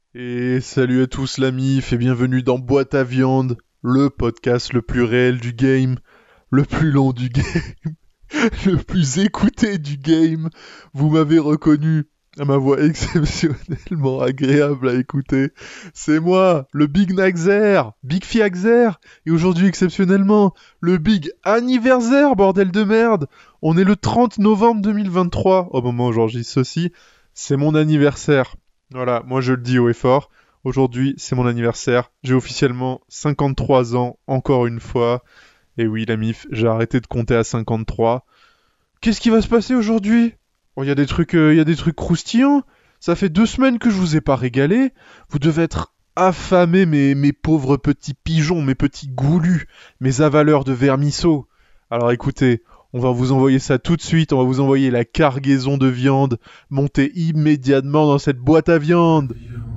Et salut à tous la MIF et bienvenue dans Boîte à Viande, le podcast le plus réel du game, le plus long du game, le plus écouté du game. Vous m'avez reconnu à ma voix exceptionnellement agréable à écouter. C'est moi, le Big Naxer, Big Fiaxer, et aujourd'hui exceptionnellement, le Big Anniversaire, bordel de merde. On est le 30 novembre 2023, au moment où j'enregistre ceci, c'est mon anniversaire. Voilà, moi je le dis haut et fort. Aujourd'hui, c'est mon anniversaire. J'ai officiellement 53 ans, encore une fois. Et oui, la MIF, j'ai arrêté de compter à 53. Qu'est-ce qui va se passer aujourd'hui? Oh, y a des trucs croustillants. Ça fait 2 semaines que je vous ai pas régalé. Vous devez être affamés, mes pauvres petits pigeons, mes petits goulus, mes avaleurs de vermisseaux. Alors écoutez, on va vous envoyer ça tout de suite. On va vous envoyer la cargaison de viande. Montez immédiatement dans cette boîte à viande.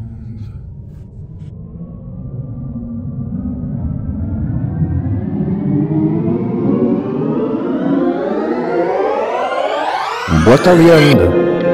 Boîte à viande.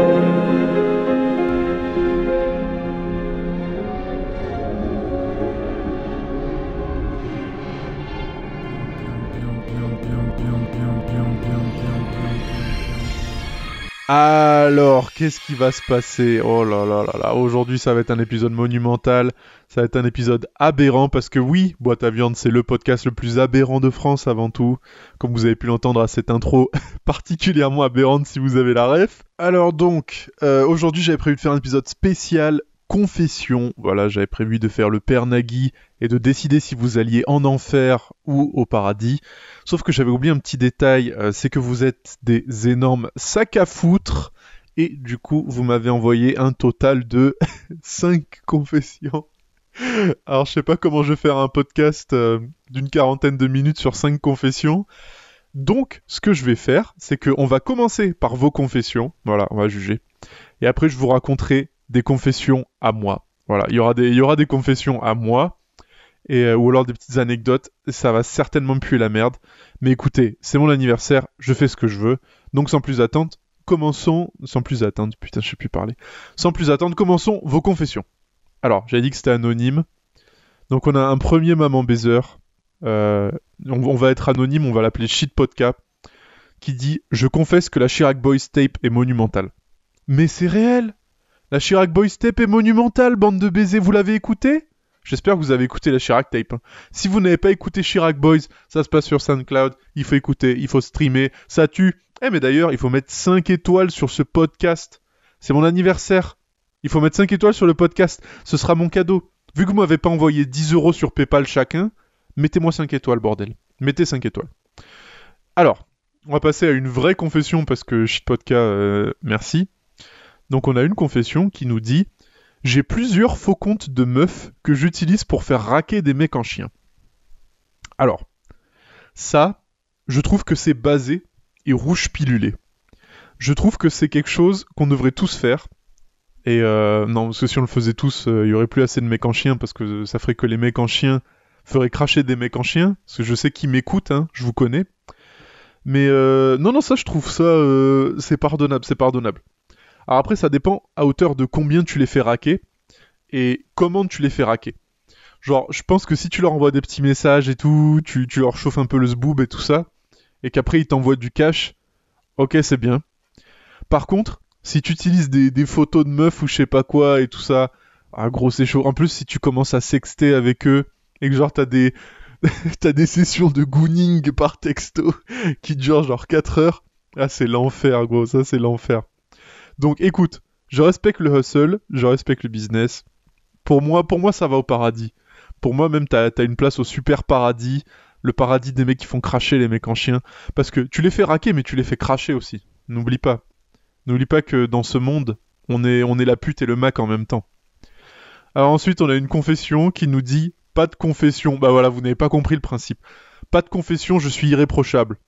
Alors, qu'est-ce qui va se passer? Oh là là là là, aujourd'hui ça va être un épisode monumental, ça va être un épisode aberrant parce que oui, Boîte à Viande c'est le podcast le plus aberrant de France avant tout, comme vous avez pu l'entendre à cette intro particulièrement aberrante si vous avez la ref. Alors donc, aujourd'hui j'avais prévu de faire un épisode spécial confession, voilà, j'avais prévu de faire le Père Nagui et de décider si vous alliez en enfer ou au paradis. Sauf que j'avais oublié un petit détail, c'est que vous êtes des énormes sacs à foutre, et du coup, vous m'avez envoyé un total de 5 confessions. Alors, je sais pas comment je vais faire un podcast d'une quarantaine de minutes sur 5 confessions. Donc, ce que je vais faire, c'est qu'on va commencer par vos confessions. Voilà, on va juger. Et après, je vous raconterai des confessions à moi. Voilà, il y aura des confessions à moi ou alors des petites anecdotes, ça va certainement puer la merde. Mais écoutez, c'est mon anniversaire, je fais ce que je veux. Donc sans plus attendre, commençons... Sans plus attendre, putain, je sais plus parler. Sans plus attendre, commençons vos confessions. Alors, j'avais dit que c'était anonyme. Donc on a un premier maman baiser. On va être anonyme, on va l'appeler Shit Podcast, qui dit « Je confesse que la Chirac Boys tape est monumentale. » Mais c'est réel. La Chirac Boys tape est monumentale, bande de baisers, vous l'avez écouté? J'espère que vous avez écouté la Chirac Tape. Hein. Si vous n'avez pas écouté Chirac Boys, ça se passe sur SoundCloud, il faut écouter, il faut streamer, ça tue. Mais d'ailleurs, il faut mettre 5 étoiles sur ce podcast. C'est mon anniversaire. Il faut mettre 5 étoiles sur le podcast. Ce sera mon cadeau. Vu que vous m'avez pas envoyé 10 euros sur PayPal chacun, mettez-moi 5 étoiles, bordel. Mettez 5 étoiles. Alors, on va passer à une vraie confession parce que Shit Podcast, merci. Donc on a une confession qui nous dit « J'ai plusieurs faux comptes de meufs que j'utilise pour faire raquer des mecs en chien. » Alors, ça, je trouve que c'est basé et rouge pilulé. Je trouve que c'est quelque chose qu'on devrait tous faire. Et non, parce que si on le faisait tous, il y aurait plus assez de mecs en chien parce que ça ferait que les mecs en chien feraient cracher des mecs en chien. Parce que je sais qui m'écoute, hein, je vous connais. Mais non, ça, je trouve ça, c'est pardonnable, c'est pardonnable. Alors après, ça dépend à hauteur de combien tu les fais raquer et comment tu les fais raquer. Genre, je pense que si tu leur envoies des petits messages et tout, tu leur chauffes un peu le zboob et tout ça, et qu'après ils t'envoient du cash, ok, c'est bien. Par contre, si tu utilises des photos de meufs ou je sais pas quoi et tout ça, ah gros, c'est chaud. En plus, si tu commences à sexter avec eux et que genre t'as des, t'as des sessions de gooning par texto qui durent genre 4 heures, ah c'est l'enfer, gros, ça c'est l'enfer. Donc écoute, je respecte le hustle, je respecte le business. Pour moi, ça va au paradis. Pour moi, même, t'as une place au super paradis, le paradis des mecs qui font cracher les mecs en chien. Parce que tu les fais raquer, mais tu les fais cracher aussi. N'oublie pas. N'oublie pas que dans ce monde, on est la pute et le Mac en même temps. Alors ensuite, on a une confession qui nous dit pas de confession. Bah voilà, vous n'avez pas compris le principe. Pas de confession, je suis irréprochable.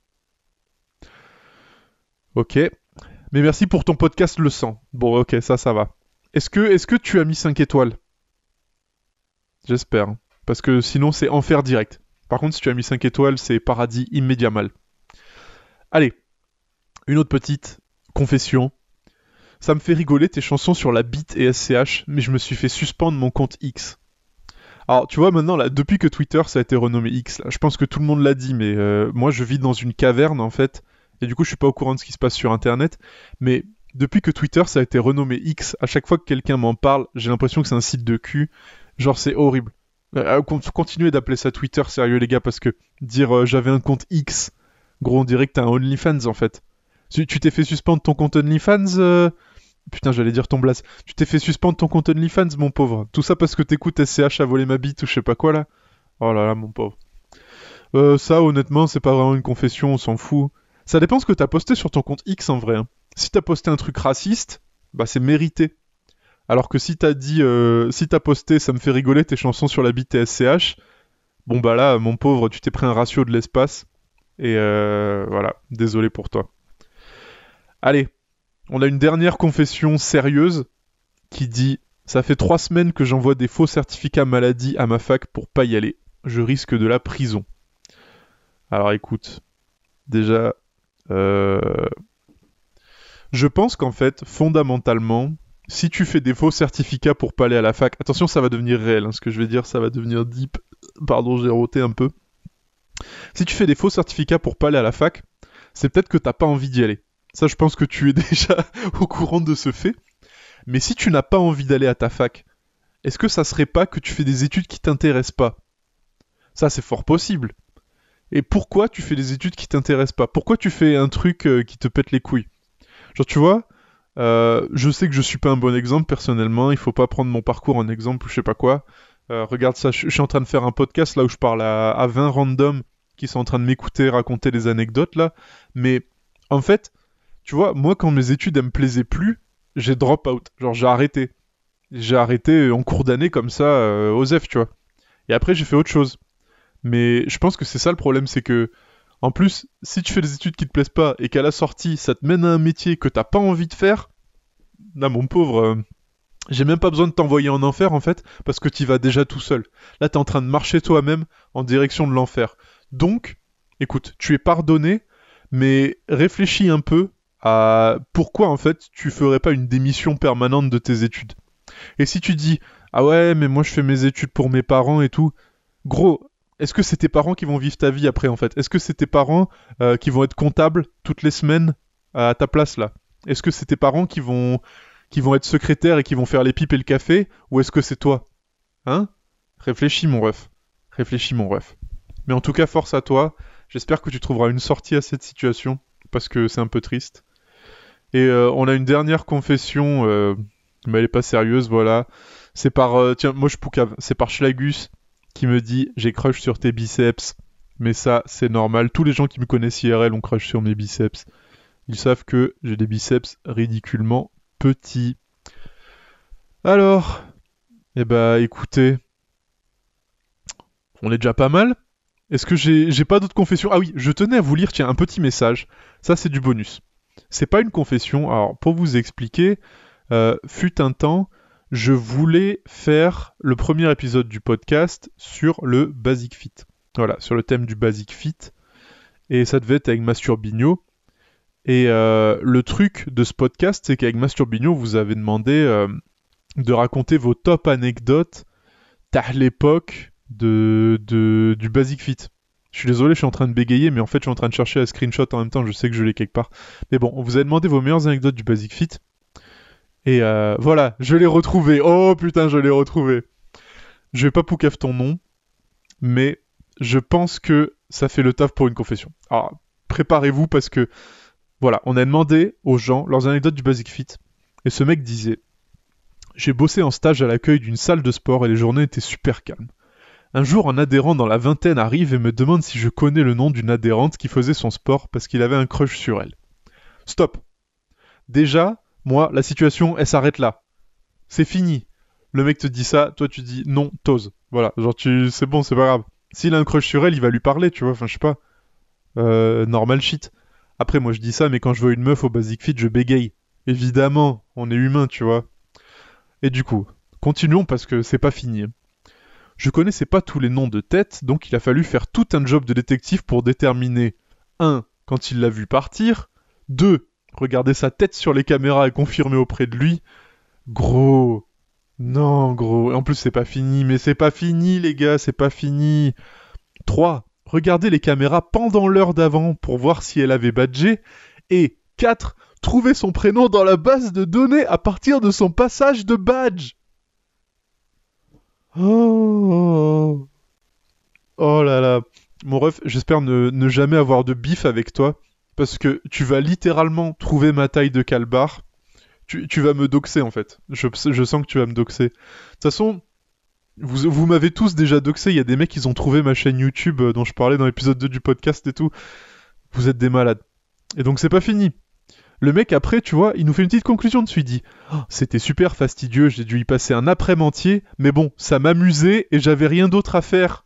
Ok. Mais merci pour ton podcast le sang. Bon, ok, ça va. Est-ce que tu as mis 5 étoiles? J'espère. Hein. Parce que sinon, c'est enfer direct. Par contre, si tu as mis 5 étoiles, c'est paradis immédiat mal. Allez, une autre petite confession. Ça me fait rigoler tes chansons sur la bite et SCH, mais je me suis fait suspendre mon compte X. Alors, tu vois, maintenant, là, depuis que Twitter, ça a été renommé X, là, je pense que tout le monde l'a dit, mais moi, je vis dans une caverne, en fait, et du coup, je suis pas au courant de ce qui se passe sur Internet, mais depuis que Twitter, ça a été renommé X, à chaque fois que quelqu'un m'en parle, j'ai l'impression que c'est un site de cul. Genre, c'est horrible. Continuez d'appeler ça Twitter, sérieux, les gars, parce que dire j'avais un compte X, gros, on dirait que t'as un OnlyFans, en fait. Tu t'es fait suspendre ton compte OnlyFans Putain, j'allais dire ton blast. Tu t'es fait suspendre ton compte OnlyFans, mon pauvre. Tout ça parce que t'écoutes SCH à voler ma bite ou je sais pas quoi, là. Oh là là, mon pauvre. Ça, honnêtement, c'est pas vraiment une confession, on s'en fout. Ça dépend ce que t'as posté sur ton compte X, en vrai. Hein. Si t'as posté un truc raciste, bah c'est mérité. Alors que si t'as dit... si t'as posté « ça me fait rigoler tes chansons sur la bite et SCH », bon bah là, mon pauvre, tu t'es pris un ratio de l'espace. Et voilà, désolé pour toi. Allez, on a une dernière confession sérieuse qui dit « Ça fait 3 semaines que j'envoie des faux certificats maladie à ma fac pour pas y aller. Je risque de la prison. » Alors écoute, déjà, je pense qu'en fait, fondamentalement, si tu fais des faux certificats pour pas aller à la fac, attention, ça va devenir réel, hein, ce que je vais dire, ça va devenir deep. Pardon, j'ai roté un peu. Si tu fais des faux certificats pour pas aller à la fac, c'est peut-être que t'as pas envie d'y aller. Ça, je pense que tu es déjà au courant de ce fait. Mais si tu n'as pas envie d'aller à ta fac, est-ce que ça serait pas que tu fais des études qui t'intéressent pas ? Ça, c'est fort possible. Et pourquoi tu fais des études qui t'intéressent pas ? Pourquoi tu fais un truc qui te pète les couilles ? Genre, tu vois, je sais que je suis pas un bon exemple personnellement, il faut pas prendre mon parcours en exemple ou je sais pas quoi. Regarde ça, je suis en train de faire un podcast là où je parle à 20 randoms qui sont en train de m'écouter raconter des anecdotes là. Mais en fait, tu vois, moi quand mes études elles me plaisaient plus, j'ai drop out. Genre j'ai arrêté. J'ai arrêté en cours d'année comme ça, aux F, tu vois. Et après j'ai fait autre chose. Mais je pense que c'est ça le problème, c'est que en plus, si tu fais des études qui te plaisent pas et qu'à la sortie, ça te mène à un métier que t'as pas envie de faire, là mon pauvre, j'ai même pas besoin de t'envoyer en enfer en fait, parce que t'y vas déjà tout seul. Là t'es en train de marcher toi-même en direction de l'enfer. Donc, écoute, tu es pardonné, mais réfléchis un peu à pourquoi en fait tu ferais pas une démission permanente de tes études. Et si tu dis, ah ouais, mais moi je fais mes études pour mes parents et tout, gros, est-ce que c'est tes parents qui vont vivre ta vie après en fait ? Est-ce que c'est tes parents qui vont être comptables toutes les semaines à ta place là ? Est-ce que c'est tes parents qui vont être secrétaires et qui vont faire les pipes et le café ? Ou est-ce que c'est toi ? Hein ? Réfléchis mon ref. Réfléchis mon ref. Mais en tout cas, force à toi. J'espère que tu trouveras une sortie à cette situation, parce que c'est un peu triste. Et on a une dernière confession, mais elle est pas sérieuse, voilà. C'est par... tiens, moi je poucave. C'est par Schlagus qui me dit « J'ai crush sur tes biceps ». Mais ça, c'est normal. Tous les gens qui me connaissent IRL ont crush sur mes biceps. Ils savent que j'ai des biceps ridiculement petits. Alors, eh bah écoutez, on est déjà pas mal. Est-ce que j'ai pas d'autres confessions ? Ah oui, je tenais à vous lire, tiens, un petit message. Ça, c'est du bonus. C'est pas une confession. Alors, pour vous expliquer, fut un temps, je voulais faire le premier épisode du podcast sur le Basic Fit. Voilà, sur le thème du Basic Fit. Et ça devait être avec Masturbino. Et le truc de ce podcast, c'est qu'avec Masturbino, vous avez demandé de raconter vos top anecdotes à l'époque du Basic Fit. Je suis désolé, je suis en train de bégayer, mais en fait, je suis en train de chercher un screenshot en même temps, je sais que je l'ai quelque part. Mais bon, on vous a demandé vos meilleures anecdotes du Basic Fit. Et voilà, je l'ai retrouvé. Oh putain, je l'ai retrouvé. Je vais pas poucave ton nom, mais je pense que ça fait le taf pour une confession. Alors, préparez-vous parce que, voilà, on a demandé aux gens leurs anecdotes du Basic Fit. Et ce mec disait « J'ai bossé en stage à l'accueil d'une salle de sport et les journées étaient super calmes. Un jour, un adhérent dans la vingtaine arrive et me demande si je connais le nom d'une adhérente qui faisait son sport parce qu'il avait un crush sur elle. Stop. Déjà, moi, la situation, elle s'arrête là. C'est fini. Le mec te dit ça, toi tu dis non, t'oses. Voilà, genre c'est bon, c'est pas grave. S'il a un crush sur elle, il va lui parler, tu vois, enfin je sais pas. Normal shit. Après, moi je dis ça, mais quand je vois une meuf au Basic Fit, je bégaye. Évidemment, on est humain, tu vois. Et du coup, continuons parce que c'est pas fini. Je connaissais pas tous les noms de tête, donc il a fallu faire tout un job de détective pour déterminer 1. Quand il l'a vu partir, 2. regarder sa tête sur les caméras et confirmer auprès de lui. Gros. Non, gros. Et en plus, c'est pas fini. Mais c'est pas fini, les gars. C'est pas fini. 3. Regarder les caméras pendant l'heure d'avant pour voir si elle avait badgé. Et 4. Trouver son prénom dans la base de données à partir de son passage de badge. Oh, oh là là. Mon ref, j'espère ne jamais avoir de bif avec toi. Parce que tu vas littéralement trouver ma taille de calbar. Tu vas me doxer en fait. Je sens que tu vas me doxer. De toute façon, vous m'avez tous déjà doxé. Il y a des mecs qui ont trouvé ma chaîne YouTube dont je parlais dans l'épisode 2 du podcast et tout. Vous êtes des malades. Et donc c'est pas fini. Le mec après, tu vois, il nous fait une petite conclusion dessus. Il dit oh, c'était super fastidieux, j'ai dû y passer un après-midi entier, mais bon, ça m'amusait et j'avais rien d'autre à faire.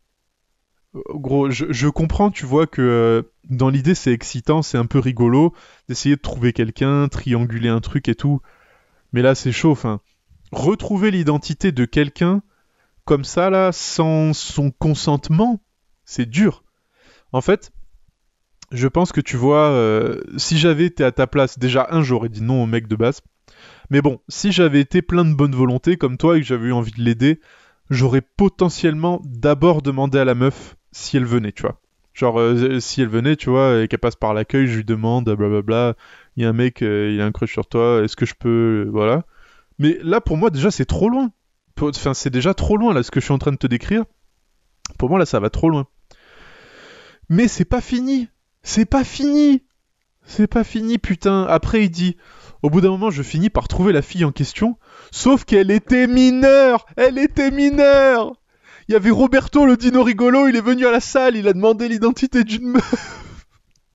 Gros, je comprends, tu vois, que dans l'idée c'est excitant, c'est un peu rigolo d'essayer de trouver quelqu'un, trianguler un truc et tout. Mais là c'est chaud, enfin. Retrouver l'identité de quelqu'un comme ça, là, sans son consentement, c'est dur. En fait, je pense que tu vois, si j'avais été à ta place, déjà j'aurais dit non au mec de base. Mais bon, si j'avais été plein de bonne volonté comme toi et que j'avais eu envie de l'aider, j'aurais potentiellement d'abord demandé à la meuf si elle venait, tu vois. Genre, si elle venait, tu vois, et qu'elle passe par l'accueil, je lui demande, blablabla, il y a un mec, il a un crush sur toi, est-ce que je peux... Voilà. Mais là, pour moi, déjà, c'est trop loin. Enfin, c'est déjà trop loin, là, ce que je suis en train de te décrire. Pour moi, là, ça va trop loin. Mais c'est pas fini. C'est pas fini. C'est pas fini, putain. Après, il dit... Au bout d'un moment, je finis par trouver la fille en question, sauf qu'elle était mineure. Elle était mineure. Il y avait Roberto, le dino rigolo, il est venu à la salle, il a demandé l'identité d'une meuf.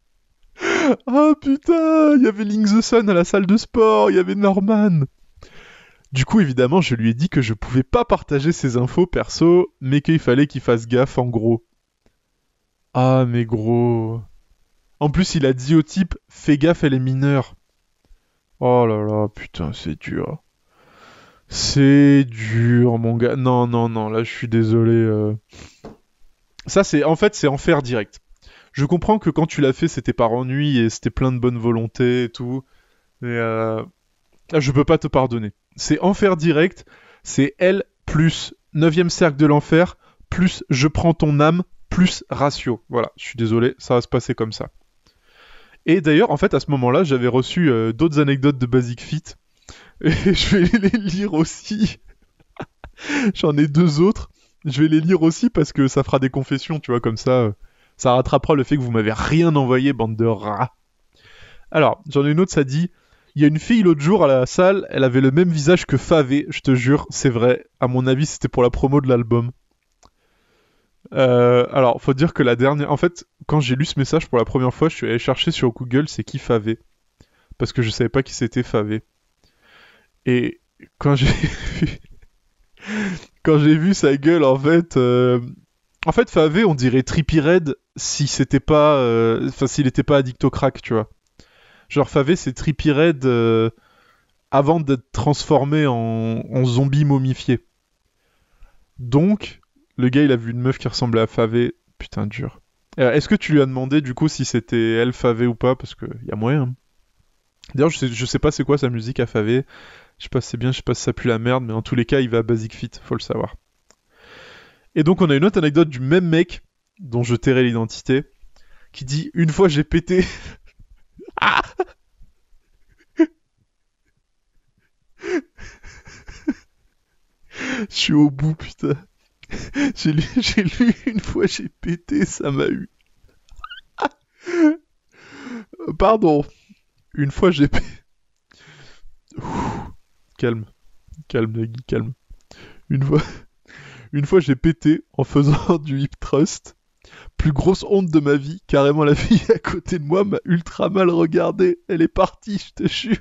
Oh putain, il y avait Link the Sun à la salle de sport, il y avait Norman. Du coup, évidemment, je lui ai dit que je pouvais pas partager ces infos perso, mais qu'il fallait qu'il fasse gaffe en gros. Ah, mais gros. En plus, il a dit au type, fais gaffe, elle est mineure. Oh là là, putain, c'est dur. C'est dur, mon gars. Non, non, non, là, je suis désolé. Ça, c'est en fait, c'est enfer direct. Je comprends que quand tu l'as fait, c'était par ennui et c'était plein de bonne volonté et tout. Mais là, je peux pas te pardonner. C'est enfer direct. C'est elle plus 9ème cercle de l'enfer plus je prends ton âme plus ratio. Voilà, je suis désolé, ça va se passer comme ça. Et d'ailleurs, en fait, à ce moment-là, j'avais reçu d'autres anecdotes de Basic Fit. Et je vais les lire aussi. J'en ai 2 autres. Je vais les lire aussi parce que ça fera des confessions, tu vois, comme ça. Ça rattrapera le fait que vous m'avez rien envoyé, bande de rats. Alors, j'en ai une autre, ça dit... Il y a une fille l'autre jour à la salle, elle avait le même visage que Favé, je te jure, c'est vrai. À mon avis, c'était pour la promo de l'album. Alors, faut dire que la dernière... En fait, quand j'ai lu ce message pour la première fois, je suis allé chercher sur Google c'est qui Favé. Parce que je savais pas qui c'était Favé. Et quand j'ai vu... quand j'ai vu sa gueule, en fait... En fait, Favé, on dirait Trippie Redd si c'était pas... Enfin, s'il était pas addict au crack, tu vois. Genre, Favé, c'est Trippie Redd avant d'être transformé en zombie momifié. Donc, le gars, il a vu une meuf qui ressemblait à Favé. Putain, dur. Est-ce que tu lui as demandé, du coup, si c'était elle, Favé, ou pas? Parce qu'il y a moyen. Hein. D'ailleurs, je sais pas c'est quoi sa musique à Favé. Je sais pas si c'est bien, je sais pas si ça pue la merde, mais en tous les cas, il va à Basic Fit, faut le savoir. Et donc, on a une autre anecdote du même mec, dont je tairai l'identité, qui dit « Une fois, j'ai pété... » Ah Je suis au bout, putain. J'ai lu une fois, j'ai pété, ça m'a eu. Pardon. Une fois, j'ai pété. Calme. Calme, Nagui, calme. Une fois, j'ai pété en faisant du hip thrust. Plus grosse honte de ma vie. Carrément, la fille à côté de moi m'a ultra mal regardé. Elle est partie, je te jure.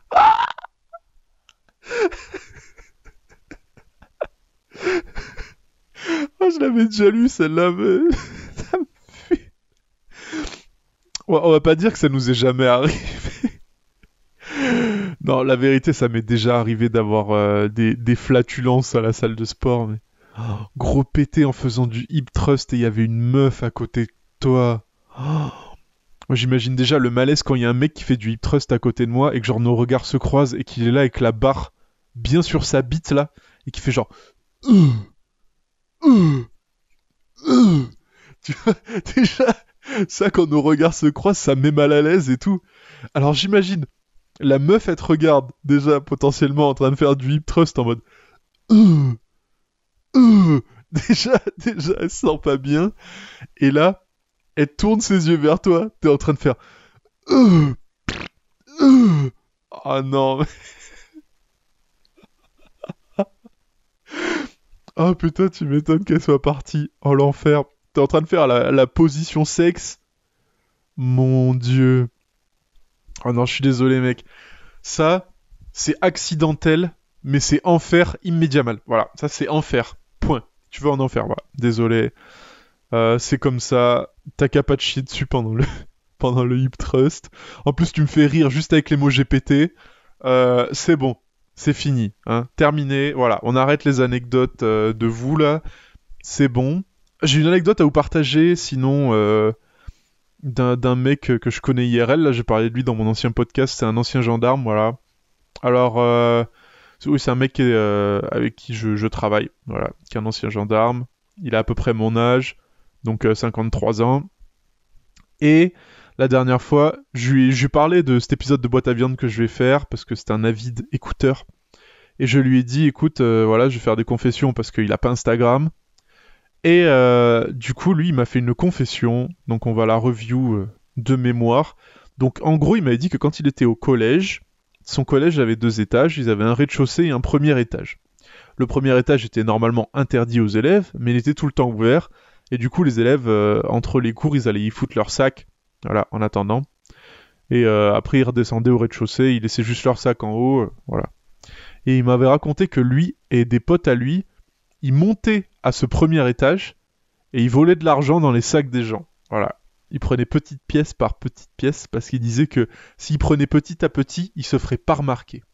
Oh, je l'avais déjà lu celle-là, mais ça me fait... On va pas dire que ça nous est jamais arrivé. Non, la vérité, ça m'est déjà arrivé d'avoir des flatulences à la salle de sport. Mais... Oh, gros pété en faisant du hip thrust et il y avait une meuf à côté de toi. Oh, Moi, j'imagine déjà le malaise quand il y a un mec qui fait du hip thrust à côté de moi et que genre nos regards se croisent et qu'il est là avec la barre bien sur sa bite là et qui fait genre Euh, euh, euh. Tu vois, déjà ça quand nos regards se croisent ça me met mal à l'aise et tout. Alors j'imagine la meuf elle te regarde déjà potentiellement en train de faire du hip thrust en mode Euh, déjà elle se sent pas bien et là elle tourne ses yeux vers toi, t'es en train de faire Euh, oh non. Oh putain, tu m'étonnes qu'elle soit partie. Oh l'enfer. T'es en train de faire la position sexe. Mon dieu. Oh non, je suis désolé mec. Ça, c'est accidentel, mais c'est enfer immédiat mal. Voilà, ça c'est enfer. Point. Tu vas en enfer, voilà. Désolé. C'est comme ça. T'as qu'à pas te chier dessus pendant le hip thrust. En plus, tu me fais rire juste avec les mots GPT. C'est bon. C'est fini. Hein. Terminé. Voilà. On arrête les anecdotes de vous, là. C'est bon. J'ai une anecdote à vous partager, sinon, d'un mec que je connais IRL. Là, j'ai parlé de lui dans mon ancien podcast. C'est un ancien gendarme, voilà. Alors, oui, c'est un mec avec qui je travaille, voilà. Qui est un ancien gendarme. Il a à peu près mon âge, donc 53 ans. Et la dernière fois, je lui ai parlé de cet épisode de Boîte à viande que je vais faire, parce que c'est un avide écouteur. Et je lui ai dit, écoute, voilà, je vais faire des confessions parce qu'il a pas Instagram. Et du coup, lui, il m'a fait une confession. Donc, on va la review de mémoire. Donc, en gros, il m'avait dit que quand il était au collège, son collège avait 2 étages. Ils avaient un rez-de-chaussée et un premier étage. Le premier étage était normalement interdit aux élèves, mais il était tout le temps ouvert. Et du coup, les élèves, entre les cours, ils allaient y foutre leur sac. Voilà, en attendant. Et après, ils redescendaient au rez-de-chaussée. Ils laissaient juste leur sac en haut. Voilà. Et il m'avait raconté que lui et des potes à lui, ils montaient à ce premier étage et ils volaient de l'argent dans les sacs des gens. Voilà. Ils prenaient petite pièce par petite pièce parce qu'ils disaient que s'ils prenaient petit à petit, ils se feraient pas remarquer.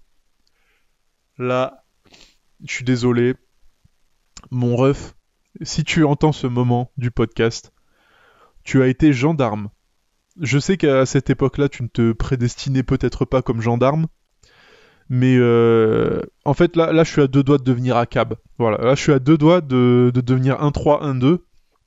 Là, je suis désolé. Mon ref, si tu entends ce moment du podcast, tu as été gendarme. Je sais qu'à cette époque-là, tu ne te prédestinais peut-être pas comme gendarme, mais en fait, là, je suis à 2 doigts de devenir ACAB. Voilà, là, je suis à 2 doigts de devenir 1-3, 1-2.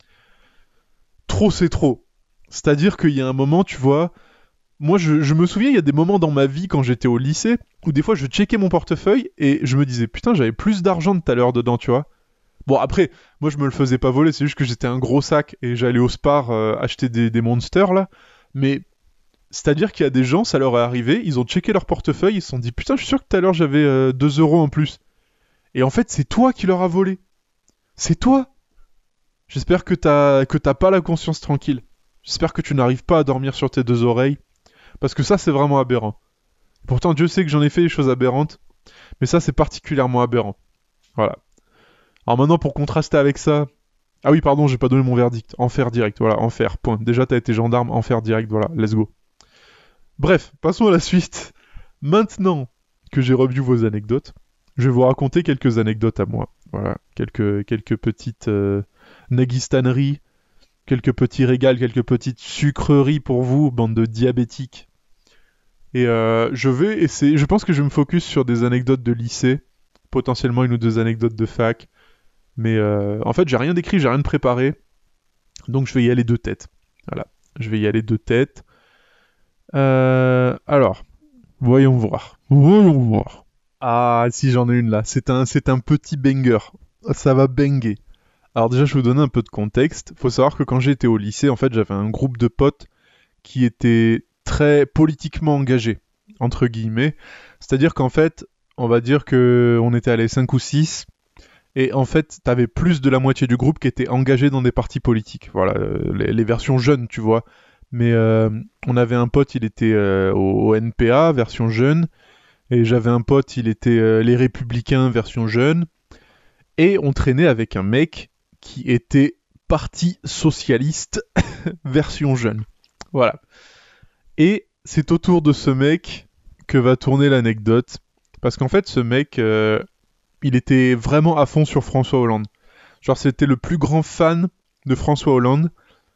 Trop, c'est trop. C'est-à-dire qu'il y a un moment, tu vois, moi, je me souviens, il y a des moments dans ma vie, quand j'étais au lycée, où des fois, je checkais mon portefeuille et je me disais, putain, j'avais plus d'argent tout à l'heure dedans, tu vois. Bon, après, moi, je me le faisais pas voler, c'est juste que j'étais un gros sac et j'allais au Spar acheter des monsters, là. Mais c'est-à-dire qu'il y a des gens, ça leur est arrivé, ils ont checké leur portefeuille, ils se sont dit putain, je suis sûr que tout à l'heure j'avais 2 euros en plus. Et en fait, c'est toi qui leur as volé. C'est toi. J'espère que t'as pas la conscience tranquille. J'espère que tu n'arrives pas à dormir sur tes 2 oreilles. Parce que ça, c'est vraiment aberrant. Pourtant, Dieu sait que j'en ai fait des choses aberrantes. Mais ça, c'est particulièrement aberrant. Voilà. Alors maintenant, pour contraster avec ça... Ah oui, pardon, j'ai pas donné mon verdict. Enfer direct, voilà, enfer, point. Déjà, t'as été gendarme, enfer direct, voilà, let's go. Bref, passons à la suite. Maintenant que j'ai revu vos anecdotes, je vais vous raconter quelques anecdotes à moi. Voilà, quelques petites naguistaneries, quelques petits régals, quelques petites sucreries pour vous, bande de diabétiques. Et je vais essayer, je pense que je vais me focus sur des anecdotes de lycée, potentiellement 1 ou 2 anecdotes de fac. Mais en fait, j'ai rien d'écrit, j'ai rien de préparé. Donc je vais y aller de tête. Voilà, je vais y aller de tête. Alors, voyons voir. Voyons voir. Ah, si j'en ai une là. C'est un petit banger. Ça va banger. Alors déjà, je vais vous donner un peu de contexte. Faut savoir que quand j'étais au lycée, en fait, j'avais un groupe de potes qui étaient très politiquement engagés, entre guillemets. C'est-à-dire qu'en fait, on va dire que on était allés 5 ou 6. Et en fait, t'avais plus de la moitié du groupe qui était engagé dans des partis politiques. Voilà, les versions jeunes, tu vois. Mais on avait un pote, il était au NPA, version jeune. Et j'avais un pote, il était les Républicains, version jeune. Et on traînait avec un mec qui était Parti Socialiste, version jeune. Voilà. Et c'est autour de ce mec que va tourner l'anecdote. Parce qu'en fait, ce mec... il était vraiment à fond sur François Hollande. Genre, c'était le plus grand fan de François Hollande.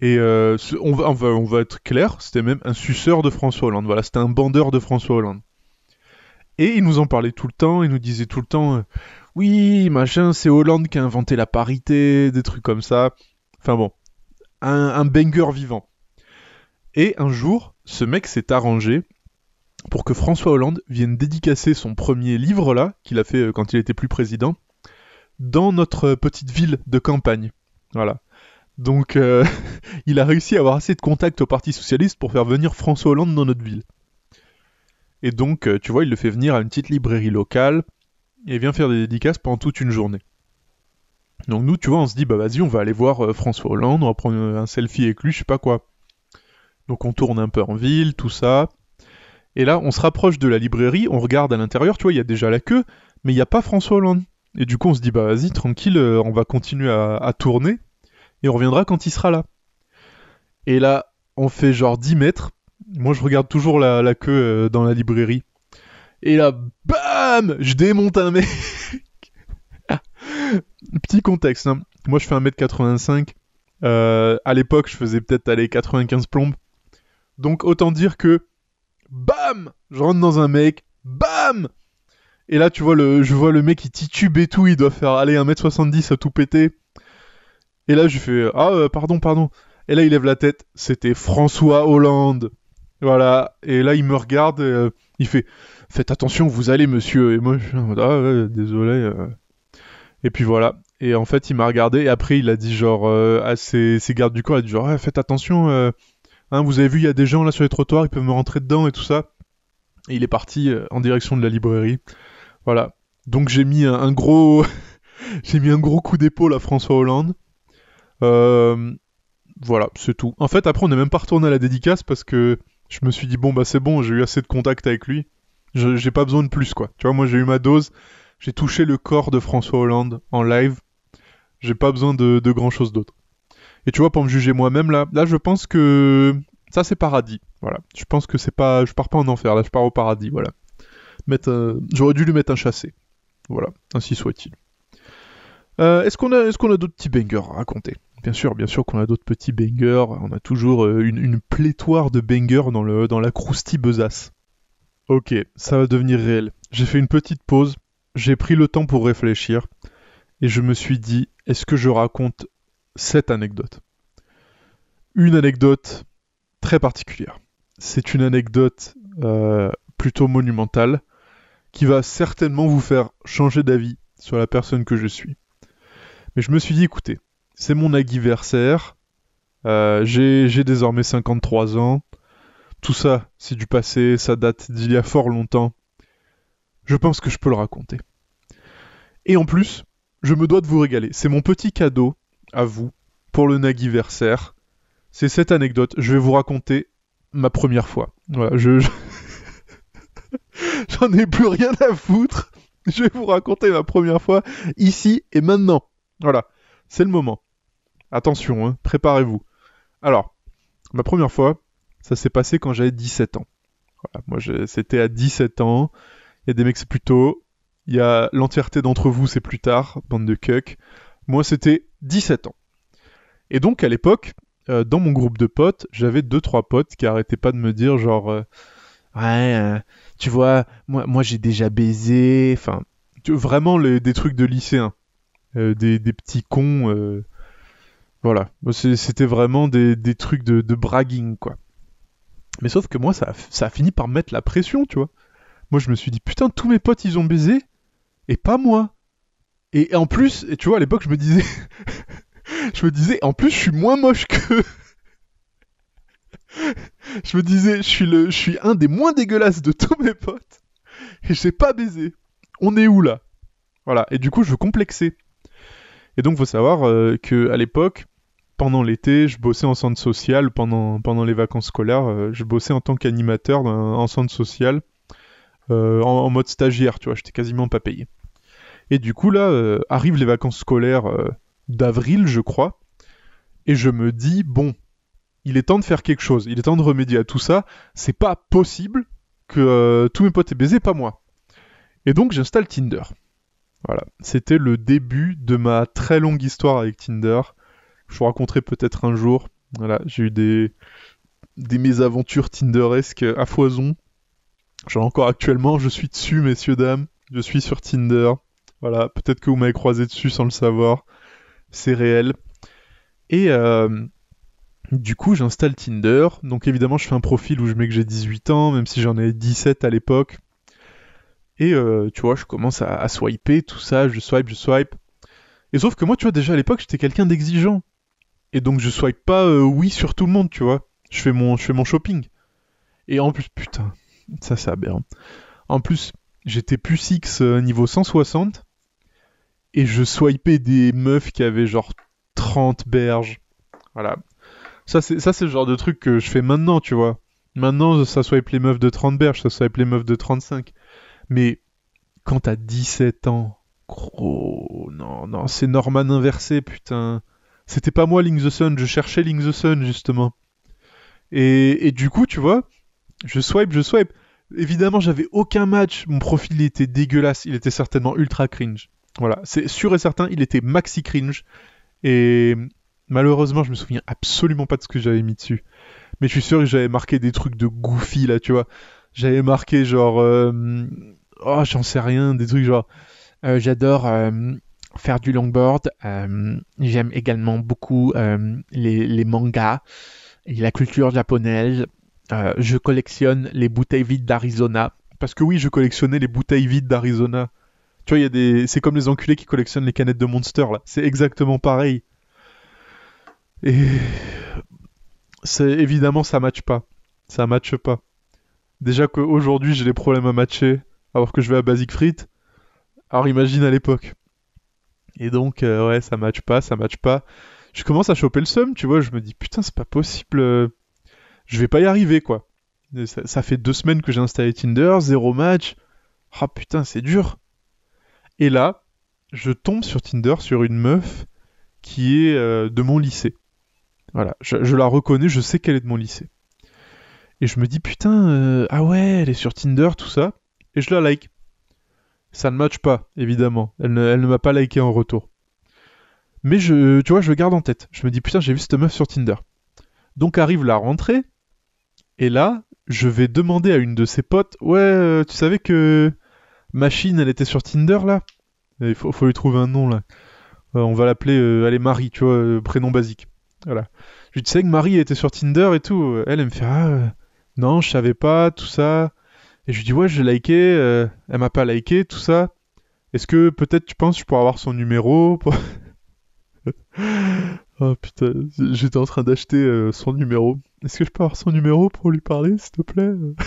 Et on va être clair, c'était même un suceur de François Hollande. Voilà, c'était un bandeur de François Hollande. Et il nous en parlait tout le temps, il nous disait tout le temps oui, machin, c'est Hollande qui a inventé la parité, des trucs comme ça. Enfin bon, un banger vivant. Et un jour, ce mec s'est arrangé pour que François Hollande vienne dédicacer son premier livre là, qu'il a fait quand il était plus président, dans notre petite ville de campagne. Voilà. Donc il a réussi à avoir assez de contacts au Parti Socialiste pour faire venir François Hollande dans notre ville. Et donc, tu vois, il le fait venir à une petite librairie locale, et il vient faire des dédicaces pendant toute une journée. Donc nous, tu vois, on se dit, bah vas-y, on va aller voir François Hollande, on va prendre un selfie avec lui, je sais pas quoi. Donc on tourne un peu en ville, tout ça. Et là, on se rapproche de la librairie, on regarde à l'intérieur, tu vois, il y a déjà la queue, mais il n'y a pas François Hollande. Et du coup, on se dit, bah vas-y, tranquille, on va continuer à tourner, et on reviendra quand il sera là. Et là, on fait genre 10 mètres. Moi, je regarde toujours la queue dans la librairie. Et là, bam, je démonte un mec. Petit contexte, hein. Moi, je fais 1m85. À l'époque, je faisais peut-être aller 95 plombes. Donc, autant dire que, bam, je rentre dans un mec, bam. Et là, tu vois, je vois le mec, il titube et tout, il doit faire aller 1m70 à tout péter. Et là, je fais, pardon. Et là, il lève la tête, c'était François Hollande. Voilà, et là, il me regarde, il fait, faites attention, vous allez, monsieur. Et moi, je suis en mode, ah ouais, désolé. Et puis voilà. Et en fait, il m'a regardé, et après, il a dit genre, à ses gardes du corps, il a dit genre, faites attention, hein, vous avez vu, il y a des gens là sur les trottoirs, ils peuvent me rentrer dedans et tout ça. Et il est parti en direction de la librairie. Voilà. Donc j'ai mis un gros, j'ai mis un gros coup d'épaule à François Hollande. Voilà, c'est tout. En fait, après, on n'est même pas retourné à la dédicace parce que je me suis dit, bon, bah c'est bon, j'ai eu assez de contact avec lui. J'ai pas besoin de plus, quoi. Tu vois, moi, j'ai eu ma dose. J'ai touché le corps de François Hollande en live. J'ai pas besoin de grand chose d'autre. Et tu vois, pour me juger moi-même, là, je pense que ça, c'est paradis. Voilà. Je pense que c'est pas... Je pars pas en enfer, là, je pars au paradis, voilà. J'aurais dû lui mettre un chassé. Voilà, ainsi soit-il. Est-ce qu'on a d'autres petits bangers à raconter ? Bien sûr qu'on a d'autres petits bangers. On a toujours une pléthore de bangers dans la croustille besace. Ok, ça va devenir réel. J'ai fait une petite pause. J'ai pris le temps pour réfléchir. Et je me suis dit, est-ce que je raconte cette anecdote ? Une anecdote très particulière. C'est une anecdote plutôt monumentale qui va certainement vous faire changer d'avis sur la personne que je suis. Mais je me suis dit, écoutez, c'est mon anniversaire, j'ai désormais 53 ans, tout ça, c'est du passé, ça date d'il y a fort longtemps. Je pense que je peux le raconter. Et en plus, je me dois de vous régaler. C'est mon petit cadeau à vous pour le anniversaire. C'est cette anecdote. Je vais vous raconter ma première fois. Voilà, j'en ai plus rien à foutre. Je vais vous raconter ma première fois ici et maintenant. Voilà, c'est le moment. Attention, hein, préparez-vous. Alors, ma première fois, ça s'est passé quand j'avais 17 ans. Voilà, moi, c'était à 17 ans. Il y a des mecs, c'est plus tôt. Il y a l'entièreté d'entre vous, c'est plus tard, bande de cucks. Moi, c'était 17 ans. Et donc, à l'époque, dans mon groupe de potes, j'avais 2-3 potes qui arrêtaient pas de me dire genre... tu vois, moi j'ai déjà baisé... Enfin, vraiment des trucs de lycéens. Des petits cons... Voilà, c'était vraiment des trucs de bragging, quoi. Mais sauf que moi, ça a fini par me mettre la pression, tu vois. Moi, je me suis dit, putain, tous mes potes, ils ont baisé, et pas moi. Et en plus, et tu vois, à l'époque, je me disais, en plus, je suis moins moche qu'eux. Je me disais, je suis un des moins dégueulasses de tous mes potes, et j'ai pas baisé. On est où, là ? Voilà, et du coup, je complexais. Et donc, faut savoir que à l'époque, pendant l'été, je bossais en centre social. Pendant les vacances scolaires, je bossais en tant qu'animateur en centre social, en mode stagiaire, tu vois, j'étais quasiment pas payé. Et du coup, là, arrivent les vacances scolaires d'avril, je crois, et je me dis, bon, il est temps de faire quelque chose, il est temps de remédier à tout ça, c'est pas possible que tous mes potes aient baisé, pas moi. Et donc, j'installe Tinder. Voilà, c'était le début de ma très longue histoire avec Tinder. Je vous raconterai peut-être un jour. Voilà, j'ai eu des mésaventures Tinderesques à foison. J'en ai encore actuellement, je suis dessus, messieurs, dames. Je suis sur Tinder. Voilà, peut-être que vous m'avez croisé dessus sans le savoir. C'est réel. Et du coup, j'installe Tinder. Donc évidemment, je fais un profil où je mets que j'ai 18 ans, même si j'en ai 17 à l'époque. Et tu vois, je commence à swiper, tout ça, je swipe. Et sauf que moi, tu vois, déjà à l'époque, j'étais quelqu'un d'exigeant. Et donc, je swipe pas oui sur tout le monde, tu vois. Je fais mon shopping. Et en plus, putain, ça c'est aberrant. En plus, j'étais plus X niveau 160. Et je swipais des meufs qui avaient genre 30 berges. Voilà. Ça, c'est le genre de truc que je fais maintenant, tu vois. Maintenant, ça swipe les meufs de 30 berges, ça swipe les meufs de 35. Mais quand t'as 17 ans, gros, non, non, c'est Norman inversé, putain. C'était pas moi, Link the Sun, je cherchais Link the Sun, justement. Et du coup, tu vois, je swipe. Évidemment, j'avais aucun match, mon profil il était dégueulasse, il était certainement ultra cringe. Voilà, c'est sûr et certain, il était maxi cringe. Et malheureusement, je me souviens absolument pas de ce que j'avais mis dessus. Mais je suis sûr que j'avais marqué des trucs de goofy, là, tu vois. J'avais marqué genre... oh, j'en sais rien, des trucs genre... j'adore faire du longboard. J'aime également beaucoup les mangas et la culture japonaise. Je collectionne les bouteilles vides d'Arizona. Parce que oui, je collectionnais les bouteilles vides d'Arizona. Tu vois, c'est comme les enculés qui collectionnent les canettes de Monster, là. C'est exactement pareil. Et évidemment, ça matche pas. Ça matche pas. Déjà qu'aujourd'hui, j'ai des problèmes à matcher, alors que je vais à Basic Frit. Alors imagine à l'époque. Et donc, ouais, ça matche pas, ça matche pas. Je commence à choper le seum, tu vois, je me dis, putain, c'est pas possible, je vais pas y arriver, quoi. Ça fait 2 semaines que j'ai installé Tinder, 0 match. Ah putain, c'est dur. Et là, je tombe sur Tinder sur une meuf qui est de mon lycée. Voilà, je la reconnais, je sais qu'elle est de mon lycée. Et je me dis, putain, ah ouais, elle est sur Tinder, tout ça. Et je la like. Ça ne match pas, évidemment. Elle ne m'a pas liké en retour. Mais tu vois, je le garde en tête. Je me dis, putain, j'ai vu cette meuf sur Tinder. Donc arrive la rentrée. Et là, je vais demander à une de ses potes, ouais, tu savais que Machine, elle était sur Tinder, là? Il faut lui trouver un nom, là. On va l'appeler, allez, Marie, tu vois, prénom basique. Voilà. Je lui dis, tu sais que Marie était sur Tinder et tout. Elle me fait, ah, non, je savais pas, tout ça. Et je lui dis, ouais, j'ai liké, elle m'a pas liké, tout ça. Est-ce que peut-être tu penses que je pourrais avoir son numéro Oh putain, j'étais en train d'acheter son numéro. Est-ce que je peux avoir son numéro pour lui parler, s'il te plaît?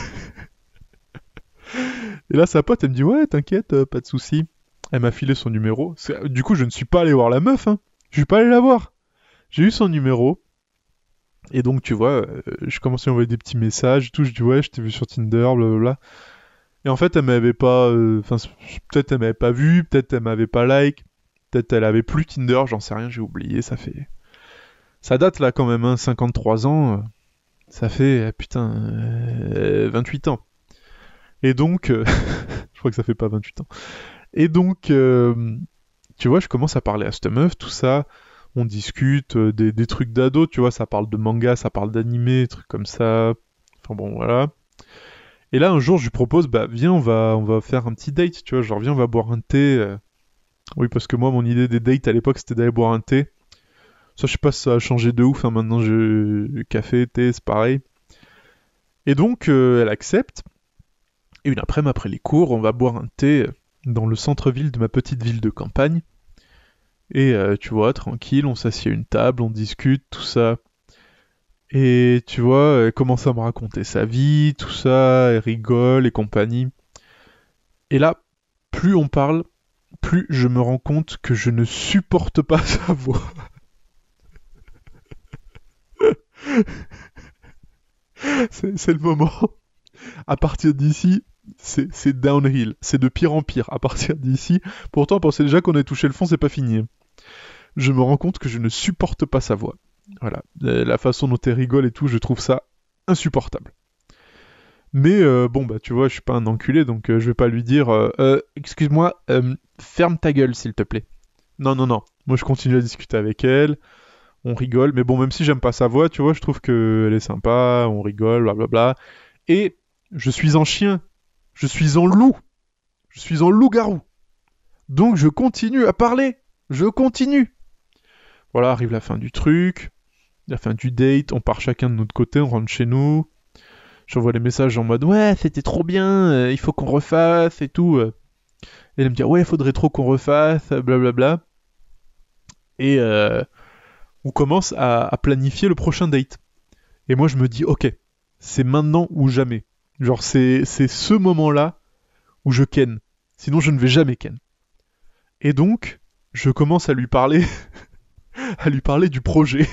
Et là, sa pote, elle me dit, ouais, t'inquiète, pas de souci. Elle m'a filé son numéro. Du coup, je ne suis pas allé voir la meuf, hein. Je suis pas allé la voir. J'ai eu son numéro. Et donc, tu vois, je commençais à envoyer des petits messages et tout. Je dis, ouais, je t'ai vu sur Tinder, blablabla. Et en fait, elle m'avait pas... Enfin, peut-être elle m'avait pas vu, peut-être elle m'avait pas like, peut-être elle avait plus Tinder, j'en sais rien, j'ai oublié, ça fait... Ça date là quand même, hein, 53 ans, ça fait, putain, 28 ans. Et donc... je crois que ça fait pas 28 ans. Et donc, tu vois, je commence à parler à cette meuf, tout ça, on discute des trucs d'ado, tu vois, ça parle de manga, ça parle d'animé, des trucs comme ça. Enfin bon, voilà. Et là, un jour, je lui propose, bah, viens, on va faire un petit date, tu vois, genre, viens, on va boire un thé. Oui, parce que moi, mon idée des dates à l'époque, c'était d'aller boire un thé. Ça, je sais pas si ça a changé de ouf, hein, maintenant, café, thé, c'est pareil. Et donc, elle accepte. Et une après-midi, après les cours, on va boire un thé dans le centre-ville de ma petite ville de campagne. Et tu vois, tranquille, on s'assied à une table, on discute, tout ça. Et tu vois, elle commence à me raconter sa vie, tout ça, elle rigole et compagnie. Et là, plus on parle, plus je me rends compte que je ne supporte pas sa voix. C'est le moment. À partir d'ici, c'est downhill. C'est de pire en pire. À partir d'ici, pourtant, on pensait déjà qu'on avait touché le fond, c'est pas fini. Je me rends compte que je ne supporte pas sa voix. Voilà. La façon dont elle rigole et tout, je trouve ça insupportable. Mais bon, bah tu vois, je suis pas un enculé, donc je vais pas lui dire excuse-moi, ferme ta gueule, s'il te plaît. Non, non, non. Moi, je continue à discuter avec elle. on rigole. Mais bon, même si j'aime pas sa voix, tu vois, je trouve qu'elle est sympa, on rigole, blablabla. Et je suis en chien, je suis en loup, je suis en loup-garou. Donc je continue à parler, je continue. Voilà, arrive la fin du truc, la fin du date, on part chacun de notre côté, on rentre chez nous. J'envoie les messages en mode ouais, c'était trop bien, il faut qu'on refasse et tout. Et elle me dit ouais, il faudrait trop qu'on refasse, blablabla. Et on commence à planifier le prochain date. Et moi je me dis ok, c'est maintenant ou jamais. Genre c'est ce moment-là où je ken. Sinon je ne vais jamais ken. Et donc je commence à lui parler, à lui parler du projet.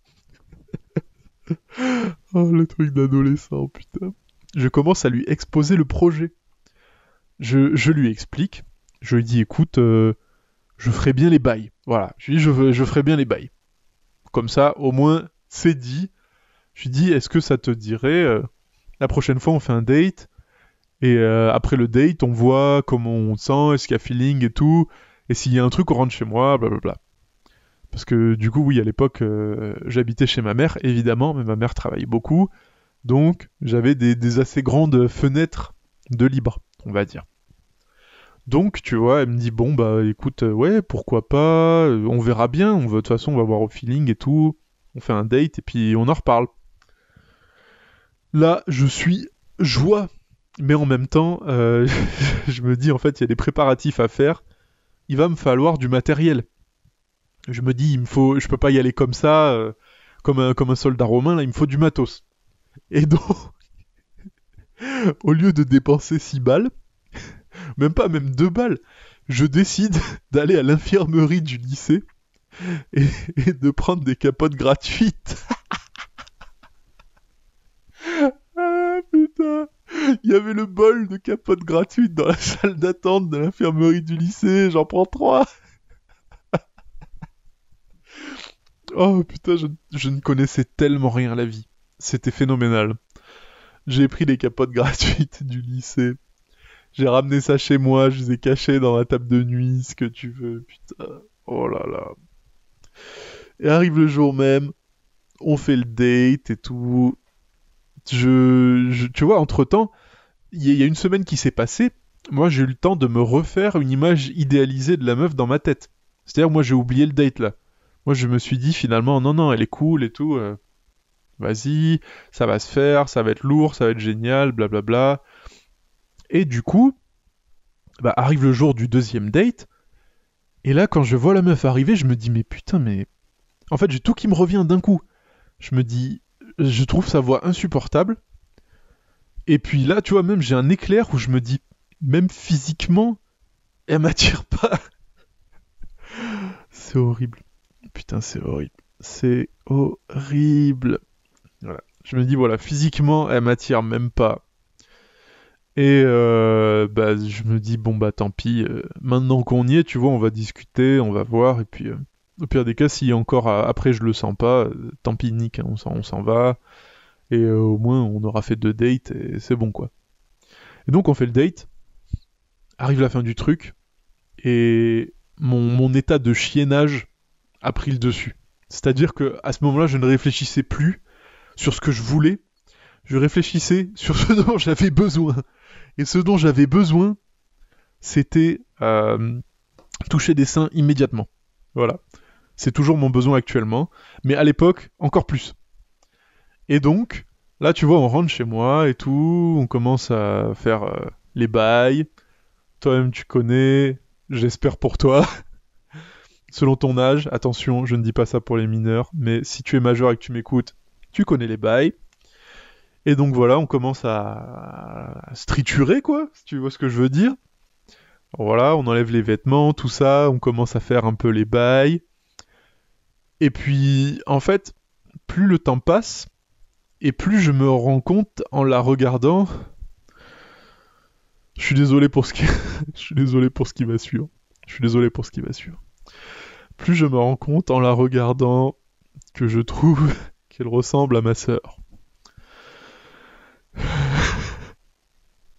Oh le truc d'adolescent, putain. Je commence à lui exposer le projet. Je lui explique. Je lui dis écoute, je ferai bien les bails. Voilà, je lui dis je ferai bien les bails. Comme ça, au moins, c'est dit. Je lui dis est-ce que ça te dirait la prochaine fois on fait un date et après le date on voit comment on sent, est-ce qu'il y a feeling et tout, et s'il y a un truc on rentre chez moi, blablabla. Parce que du coup oui à l'époque j'habitais chez ma mère évidemment, mais ma mère travaillait beaucoup, donc j'avais des assez grandes fenêtres de libre, on va dire. Donc tu vois elle me dit bon bah écoute ouais pourquoi pas, on verra bien, de toute façon on va voir au feeling et tout, on fait un date et puis on en reparle. Là, je suis joie, mais en même temps, je me dis en fait, il y a des préparatifs à faire. Il va me falloir du matériel. Je me dis, je peux pas y aller comme ça, comme un soldat romain. Là, il me faut du matos. Et donc, au lieu de dépenser 6 balles, même 2 balles, je décide d'aller à l'infirmerie du lycée et de prendre des capotes gratuites. Ah putain, il y avait le bol de capotes gratuites dans la salle d'attente de l'infirmerie du lycée, j'en prends 3. Oh putain, je ne connaissais tellement rien à la vie. C'était phénoménal. J'ai pris les capotes gratuites du lycée. J'ai ramené ça chez moi, je les ai cachées dans la table de nuit, ce que tu veux, putain. Oh là là. Et arrive le jour même, on fait le date et tout. Tu vois, entre-temps, il y a une semaine qui s'est passée, moi j'ai eu le temps de me refaire une image idéalisée de la meuf dans ma tête. C'est-à-dire, moi j'ai oublié le date là. Moi je me suis dit finalement, non, non, elle est cool et tout. Vas-y, ça va se faire, ça va être lourd, ça va être génial, blablabla. Et du coup, bah, arrive le jour du deuxième date. Et là, quand je vois la meuf arriver, je me dis, mais putain, mais. En fait, j'ai tout qui me revient d'un coup. Je me dis, je trouve sa voix insupportable. Et puis là, tu vois, même j'ai un éclair où je me dis, même physiquement, elle m'attire pas. C'est horrible. Putain, c'est horrible. C'est horrible. Voilà. Je me dis, voilà, physiquement, elle m'attire même pas. Et bah, je me dis, bon, bah tant pis. Maintenant qu'on y est, tu vois, on va discuter, on va voir. Et puis, au pire des cas, si encore après je le sens pas, tant pis, nique, hein, on s'en va. Et au moins, on aura fait 2 dates et c'est bon, quoi. Et donc, on fait le date. Arrive la fin du truc. Et mon état de chiennage a pris le dessus. C'est-à-dire que à ce moment-là, je ne réfléchissais plus sur ce que je voulais. Je réfléchissais sur ce dont j'avais besoin. Et ce dont j'avais besoin, c'était toucher des seins immédiatement. Voilà. C'est toujours mon besoin actuellement. Mais à l'époque, encore plus. Et donc, là, tu vois, on rentre chez moi et tout. On commence à faire les bails. Toi-même, tu connais. J'espère pour toi. Selon ton âge, attention, je ne dis pas ça pour les mineurs, mais si tu es majeur et que tu m'écoutes, tu connais les bails. Et donc voilà, on commence à se triturer, quoi, si tu vois ce que je veux dire. Voilà, on enlève les vêtements, tout ça, on commence à faire un peu les bails. Et puis, en fait, plus le temps passe, et plus je me rends compte en la regardant. Je suis désolé pour ce qui, je suis désolé pour ce qui va suivre. Je suis désolé pour ce qui va suivre. Plus je me rends compte en la regardant que je trouve qu'elle ressemble à ma sœur.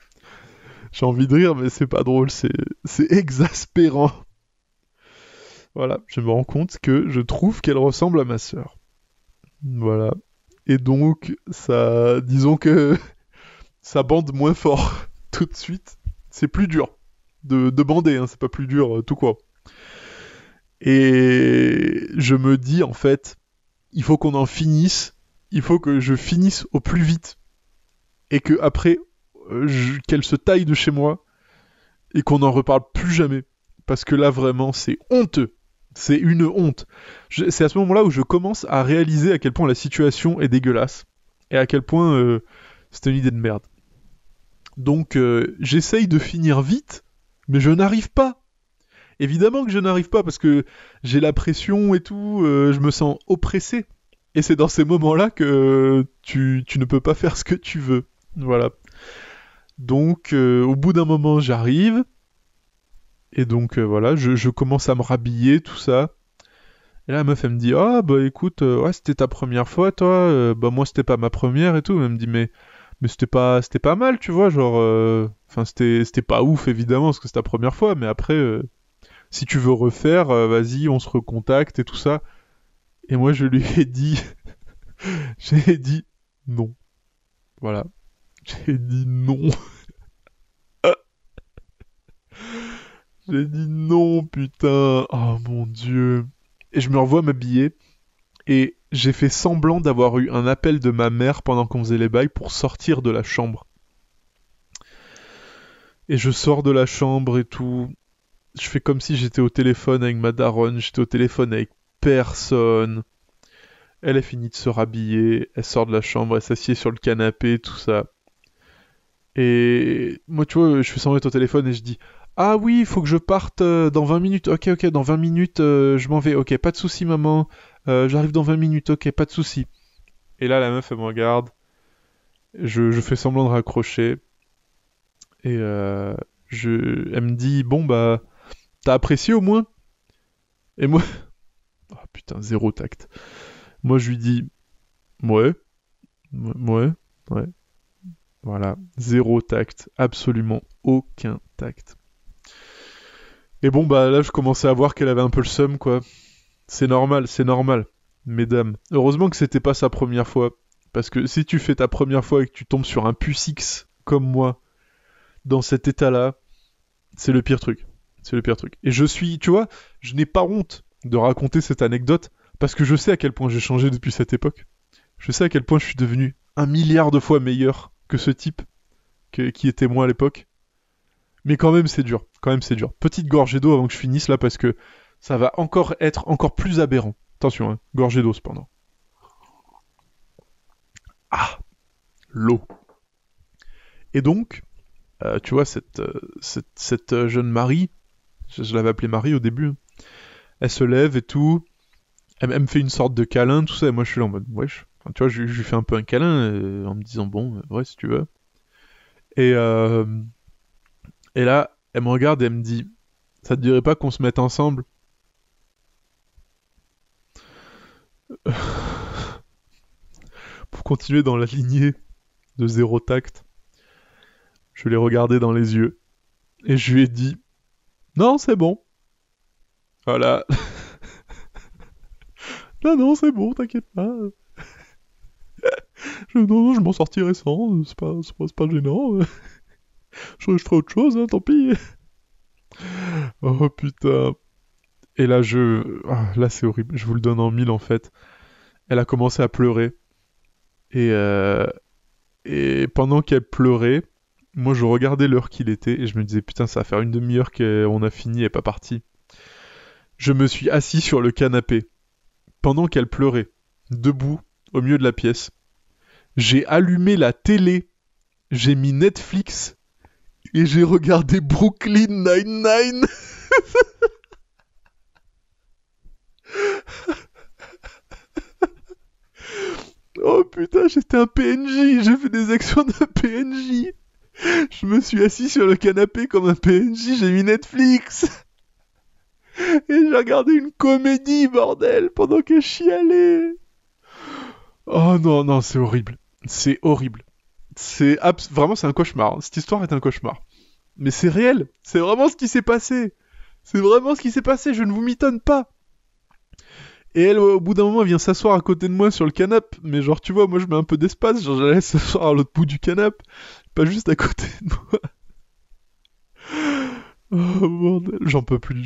J'ai envie de rire, mais c'est pas drôle, c'est exaspérant. Voilà, je me rends compte que je trouve qu'elle ressemble à ma sœur. Voilà. Et donc, ça, disons que ça bande moins fort tout de suite. C'est plus dur de bander, hein, c'est pas plus dur tout quoi. Et je me dis, en fait, il faut qu'on en finisse. Il faut que je finisse au plus vite. Et que après, qu'elle se taille de chez moi et qu'on n'en reparle plus jamais. Parce que là, vraiment, c'est honteux. C'est une honte. C'est à ce moment-là où je commence à réaliser à quel point la situation est dégueulasse. Et à quel point c'était une idée de merde. Donc, j'essaye de finir vite, mais je n'arrive pas. Évidemment que je n'arrive pas parce que j'ai la pression et tout, je me sens oppressé. Et c'est dans ces moments-là que tu ne peux pas faire ce que tu veux. Voilà. Donc, au bout d'un moment, j'arrive. Et donc, voilà, je commence à me rhabiller, tout ça. Et là, la meuf, elle me dit, ah, bah écoute, ouais, c'était ta première fois, toi. Bah moi, c'était pas ma première et tout. Elle me dit, mais c'était pas mal, tu vois, genre... Enfin, c'était pas ouf, évidemment, parce que c'est ta première fois. Mais après, si tu veux refaire, vas-y, on se recontacte et tout ça. Et moi, je lui ai dit... j'ai dit non. Voilà. J'ai dit non. J'ai dit non, putain. Oh mon dieu. Et je me revois m'habiller. Et j'ai fait semblant d'avoir eu un appel de ma mère pendant qu'on faisait les bails pour sortir de la chambre. Et je sors de la chambre et tout. Je fais comme si j'étais au téléphone avec ma daronne. J'étais au téléphone avec personne. Elle a fini de se rhabiller. Elle sort de la chambre. Elle s'assied sur le canapé, tout ça. Et moi, tu vois, je fais semblant d'être au téléphone et je dis ah oui, il faut que je parte dans 20 minutes. Ok, dans 20 minutes, je m'en vais. Ok, pas de souci, maman. J'arrive dans 20 minutes. Ok, pas de souci. Et là, la meuf, elle me regarde. Je fais semblant de raccrocher. Et elle me dit bon, bah, t'as apprécié au moins? Et moi, oh putain, zéro tact. Moi, je lui dis ouais, ouais, ouais. Voilà, zéro tact. Absolument aucun tact. Et bon, bah là, je commençais à voir qu'elle avait un peu le seum, quoi. C'est normal, mesdames. Heureusement que c'était pas sa première fois. Parce que si tu fais ta première fois et que tu tombes sur un pucix comme moi, dans cet état-là, c'est le pire truc. C'est le pire truc. Et tu vois, je n'ai pas honte de raconter cette anecdote parce que je sais à quel point j'ai changé depuis cette époque. Je sais à quel point je suis devenu 1 milliard de fois meilleur que ce type qui était moi à l'époque. Mais quand même, c'est dur. Petite gorgée d'eau avant que je finisse là parce que ça va être encore plus aberrant. Attention, hein, gorgée d'eau cependant. Ah, l'eau. Et donc, tu vois, cette jeune Marie, je l'avais appelée Marie au début, hein, elle se lève et tout, elle me fait une sorte de câlin, tout ça, et moi je suis là en mode, wesh. Enfin, tu vois, je lui fais un peu un câlin en me disant, bon, ouais, si tu veux. Et, et là, elle me regarde et elle me dit, ça te dirait pas qu'on se mette ensemble? Pour continuer dans la lignée de zéro tact, je l'ai regardé dans les yeux et je lui ai dit non, c'est bon. Voilà. Non, c'est bon, t'inquiète pas. Non, je m'en sortirai sans, c'est pas gênant. Je ferai autre chose, hein, tant pis. Oh putain. Et là, là, c'est horrible. Je vous le donne en mille, en fait. Elle a commencé à pleurer. Et pendant qu'elle pleurait, moi, je regardais l'heure qu'il était et je me disais, putain, ça va faire une demi-heure qu'on a fini et pas parti. Je me suis assis sur le canapé pendant qu'elle pleurait, debout, au milieu de la pièce. J'ai allumé la télé, j'ai mis Netflix et j'ai regardé Brooklyn Nine-Nine. Oh putain, j'étais un PNJ, j'ai fait des actions de PNJ. Je me suis assis sur le canapé comme un PNJ, j'ai mis Netflix. Et j'ai regardé une comédie, bordel, pendant que je chialais. Oh non, c'est horrible. C'est horrible. Vraiment, c'est un cauchemar. Cette histoire est un cauchemar. Mais c'est réel. C'est vraiment ce qui s'est passé. C'est vraiment ce qui s'est passé, je ne vous mitonne pas. Et elle, au bout d'un moment, elle vient s'asseoir à côté de moi sur le canapé. Mais genre, tu vois, moi, je mets un peu d'espace. Genre, j'allais s'asseoir à l'autre bout du canapé. Pas juste à côté de moi. Oh, bordel. J'en peux plus.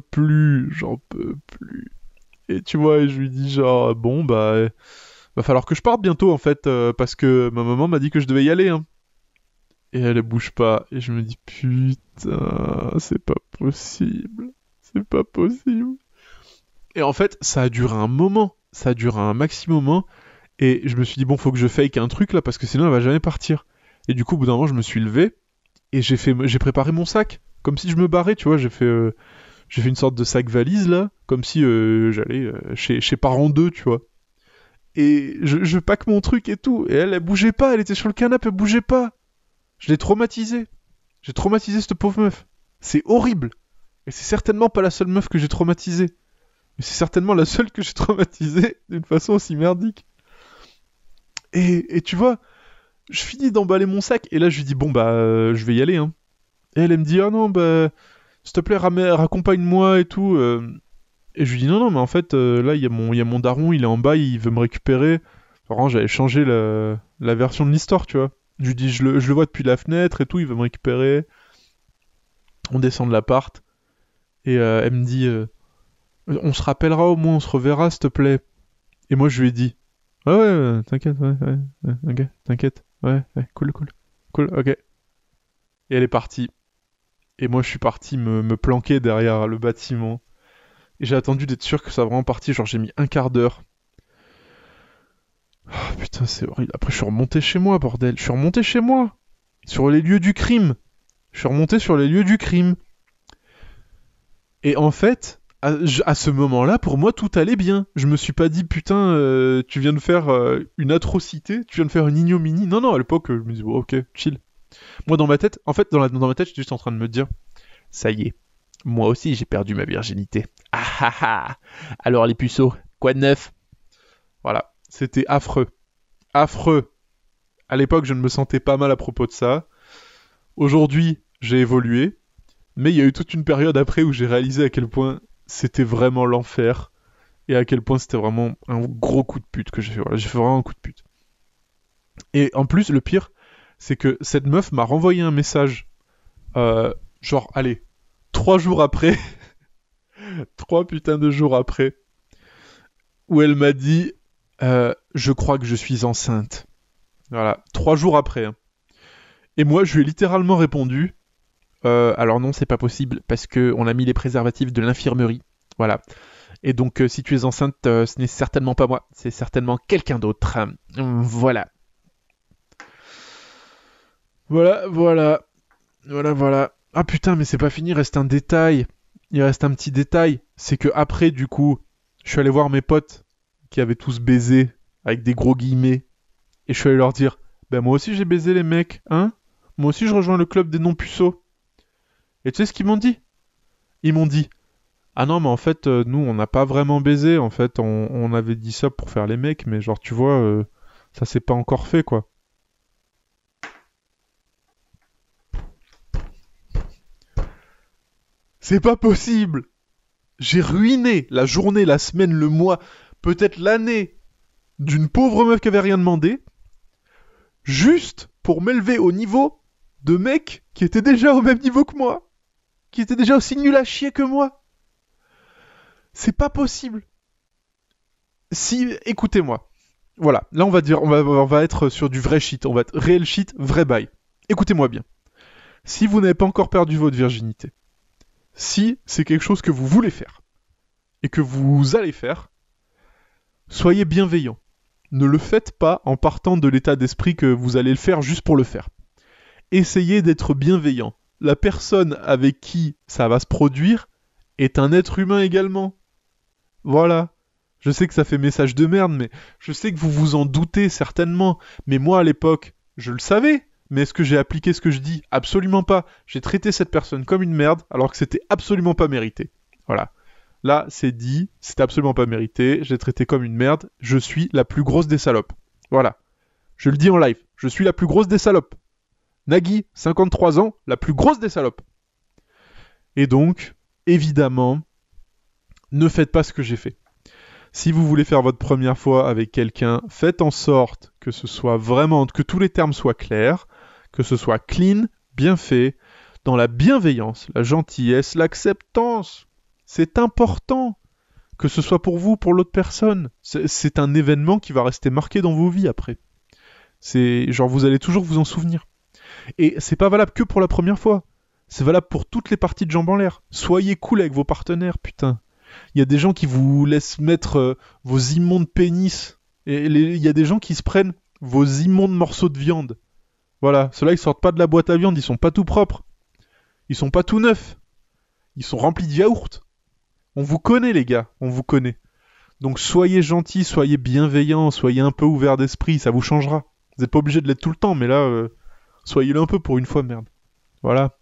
Et tu vois, et je lui dis genre, bon, bah... va falloir que je parte bientôt, en fait. Parce que ma maman m'a dit que je devais y aller, hein. Et elle bouge pas. Et je me dis, putain, c'est pas possible. C'est pas possible. Et en fait, ça a duré un moment. Ça a duré un maxi moment. Et je me suis dit, bon, faut que je fake un truc là, parce que sinon elle va jamais partir. Et du coup, au bout d'un moment, je me suis levé. Et j'ai préparé mon sac. Comme si je me barrais, tu vois. J'ai fait une sorte de sac valise là. Comme si j'allais chez Parent 2, tu vois. Et je pack mon truc et tout. Et elle bougeait pas. Elle était sur le canapé, elle bougeait pas. Je l'ai traumatisée. J'ai traumatisé cette pauvre meuf. C'est horrible. Et c'est certainement pas la seule meuf que j'ai traumatisée. Mais c'est certainement la seule que j'ai traumatisée d'une façon aussi merdique. Et tu vois, je finis d'emballer mon sac. Et là, je lui dis, bon, bah, je vais y aller. Hein. Et elle me dit, ah non, bah, s'il te plaît, raccompagne-moi et tout. Et je lui dis, non, mais en fait, là, il y a mon daron, il est en bas, il veut me récupérer. Vraiment, j'avais changé la version de l'histoire, tu vois. Je lui dis, je le vois depuis la fenêtre et tout, il veut me récupérer. On descend de l'appart. Et elle me dit, on se rappellera au moins, on se reverra, s'il te plaît. Et moi, je lui ai dit, ouais, t'inquiète, ouais, ok, t'inquiète, ouais, cool, ok. Et elle est partie. Et moi, je suis parti me planquer derrière le bâtiment. Et j'ai attendu d'être sûr que ça va vraiment partir. Genre, j'ai mis un quart d'heure. Oh, putain, c'est horrible. Après, je suis remonté chez moi, bordel. Je suis remonté chez moi. Sur les lieux du crime. Je suis remonté sur les lieux du crime. Et en fait, à ce moment-là, pour moi, tout allait bien. Je me suis pas dit, putain, tu viens de faire une atrocité, tu viens de faire une ignominie. Non, à l'époque, je me dis, bon, ok, chill. Moi, dans ma tête, en fait, dans ma tête, j'étais juste en train de me dire, ça y est, moi aussi, j'ai perdu ma virginité. Ah ah ah. Alors, les puceaux, quoi de neuf? Voilà, c'était affreux. Affreux. À l'époque, je ne me sentais pas mal à propos de ça. Aujourd'hui, j'ai évolué. Mais il y a eu toute une période après où j'ai réalisé à quel point c'était vraiment l'enfer. Et à quel point c'était vraiment un gros coup de pute que j'ai fait. Voilà, j'ai fait vraiment un coup de pute. Et en plus, le pire, c'est que cette meuf m'a renvoyé un message. Genre, allez, 3 jours après. 3 putains de jours après. Où elle m'a dit, je crois que je suis enceinte. Voilà, 3 jours après. Hein. Et moi, je lui ai littéralement répondu, alors non, c'est pas possible, parce que on a mis les préservatifs de l'infirmerie. Voilà. Et donc, si tu es enceinte, ce n'est certainement pas moi, c'est certainement quelqu'un d'autre. Voilà. Voilà. Ah putain, mais c'est pas fini, il reste un détail. Il reste un petit détail. C'est que après, du coup, je suis allé voir mes potes qui avaient tous baisé, avec des gros guillemets. Et je suis allé leur dire, ben moi aussi j'ai baisé les mecs, hein? Moi aussi je rejoins le club des non-puceaux. Et tu sais ce qu'ils m'ont dit? Ils m'ont dit, ah non mais en fait nous on n'a pas vraiment baisé, en fait on avait dit ça pour faire les mecs, mais genre tu vois, ça s'est pas encore fait quoi. C'est pas possible! J'ai ruiné la journée, la semaine, le mois, peut-être l'année d'une pauvre meuf qui avait rien demandé, juste pour m'élever au niveau de mecs qui étaient déjà au même niveau que moi, qui étaient déjà aussi nuls à chier que moi. C'est pas possible. Si, écoutez-moi. Voilà, là on va être sur du vrai shit, on va être réel shit, vrai bail. Écoutez-moi bien. Si vous n'avez pas encore perdu votre virginité, si c'est quelque chose que vous voulez faire, et que vous allez faire, soyez bienveillant. Ne le faites pas en partant de l'état d'esprit que vous allez le faire juste pour le faire. Essayez d'être bienveillant. La personne avec qui ça va se produire est un être humain également. Voilà. Je sais que ça fait message de merde, mais je sais que vous vous en doutez certainement. Mais moi, à l'époque, je le savais. Mais est-ce que j'ai appliqué ce que je dis? Absolument pas. J'ai traité cette personne comme une merde, alors que c'était absolument pas mérité. Voilà. Là, c'est dit, c'était absolument pas mérité. J'ai traité comme une merde. Je suis la plus grosse des salopes. Voilà. Je le dis en live. Je suis la plus grosse des salopes. Nagui, 53 ans, la plus grosse des salopes. Et donc, évidemment, ne faites pas ce que j'ai fait. Si vous voulez faire votre première fois avec quelqu'un, faites en sorte que ce soit vraiment, que tous les termes soient clairs, que ce soit clean, bien fait, dans la bienveillance, la gentillesse, l'acceptance. C'est important que ce soit pour vous, pour l'autre personne. C'est un événement qui va rester marqué dans vos vies après. C'est genre vous allez toujours vous en souvenir. Et c'est pas valable que pour la première fois. C'est valable pour toutes les parties de jambes en l'air. Soyez cool avec vos partenaires, putain. Il y a des gens qui vous laissent mettre vos immondes pénis. Et il y a des gens qui se prennent vos immondes morceaux de viande. Voilà, ceux-là ils sortent pas de la boîte à viande, ils sont pas tout propres. Ils sont pas tout neufs. Ils sont remplis de yaourt. On vous connaît les gars, on vous connaît. Donc soyez gentils, soyez bienveillants, soyez un peu ouverts d'esprit, ça vous changera. Vous n'êtes pas obligé de l'être tout le temps, mais là, soyez-le un peu pour une fois, merde. Voilà.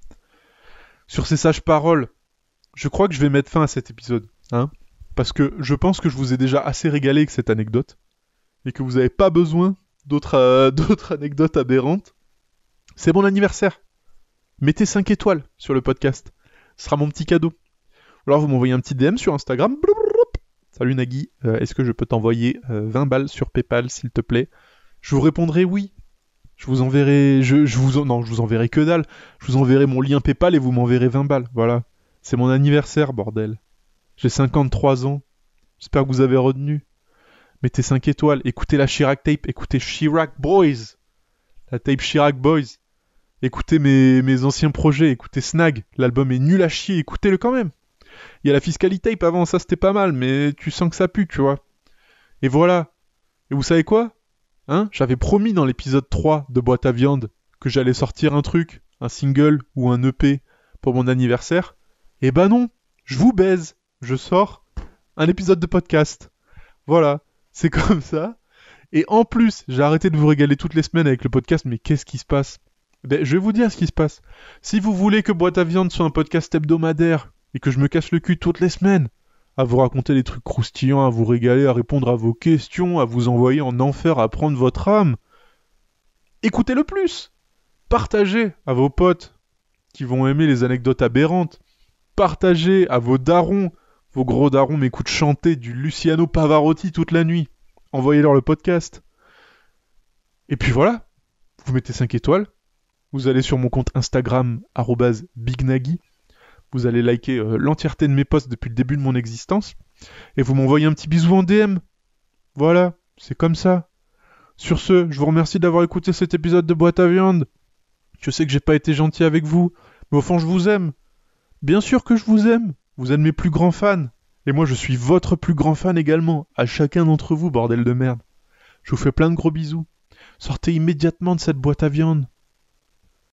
Sur ces sages paroles, je crois que je vais mettre fin à cet épisode. Hein, parce que je pense que je vous ai déjà assez régalé avec cette anecdote. Et que vous n'avez pas besoin d'autres anecdotes aberrantes. C'est mon anniversaire. Mettez 5 étoiles sur le podcast. Ce sera mon petit cadeau. Alors vous m'envoyez un petit DM sur Instagram. Salut Nagui, est-ce que je peux t'envoyer 20 balles sur PayPal s'il te plaît? Je vous répondrai oui. Je vous enverrai... Non, je vous enverrai que dalle. Je vous enverrai mon lien PayPal et vous m'enverrez 20 balles. Voilà. C'est mon anniversaire, bordel. J'ai 53 ans. J'espère que vous avez retenu. Mettez 5 étoiles. Écoutez la Chirac Tape. Écoutez Chirac Boys. La tape Chirac Boys. Écoutez mes anciens projets. Écoutez Snag. L'album est nul à chier. Écoutez-le quand même. Il y a la Fiscality Tape avant. Ça, c'était pas mal. Mais tu sens que ça pue, tu vois. Et voilà. Et vous savez quoi? Hein, j'avais promis dans l'épisode 3 de Boîte à Viande que j'allais sortir un truc, un single ou un EP pour mon anniversaire. Et bah non, je vous baise. Je sors un épisode de podcast. Voilà, c'est comme ça. Et en plus, j'ai arrêté de vous régaler toutes les semaines avec le podcast, mais qu'est-ce qui se passe? Ben, je vais vous dire ce qui se passe. Si vous voulez que Boîte à Viande soit un podcast hebdomadaire et que je me casse le cul toutes les semaines, à vous raconter des trucs croustillants, à vous régaler, à répondre à vos questions, à vous envoyer en enfer, à prendre votre âme. Écoutez-le plus. Partagez à vos potes qui vont aimer les anecdotes aberrantes. Partagez à vos darons. Vos gros darons m'écoutent chanter du Luciano Pavarotti toute la nuit. Envoyez-leur le podcast. Et puis voilà. Vous mettez 5 étoiles. Vous allez sur mon compte Instagram @bignagui. Vous allez liker l'entièreté de mes posts depuis le début de mon existence. Et vous m'envoyez un petit bisou en DM. Voilà, c'est comme ça. Sur ce, je vous remercie d'avoir écouté cet épisode de Boîte à Viande. Je sais que j'ai pas été gentil avec vous, mais au fond je vous aime. Bien sûr que je vous aime. Vous êtes mes plus grands fans. Et moi je suis votre plus grand fan également. À chacun d'entre vous, bordel de merde. Je vous fais plein de gros bisous. Sortez immédiatement de cette boîte à viande.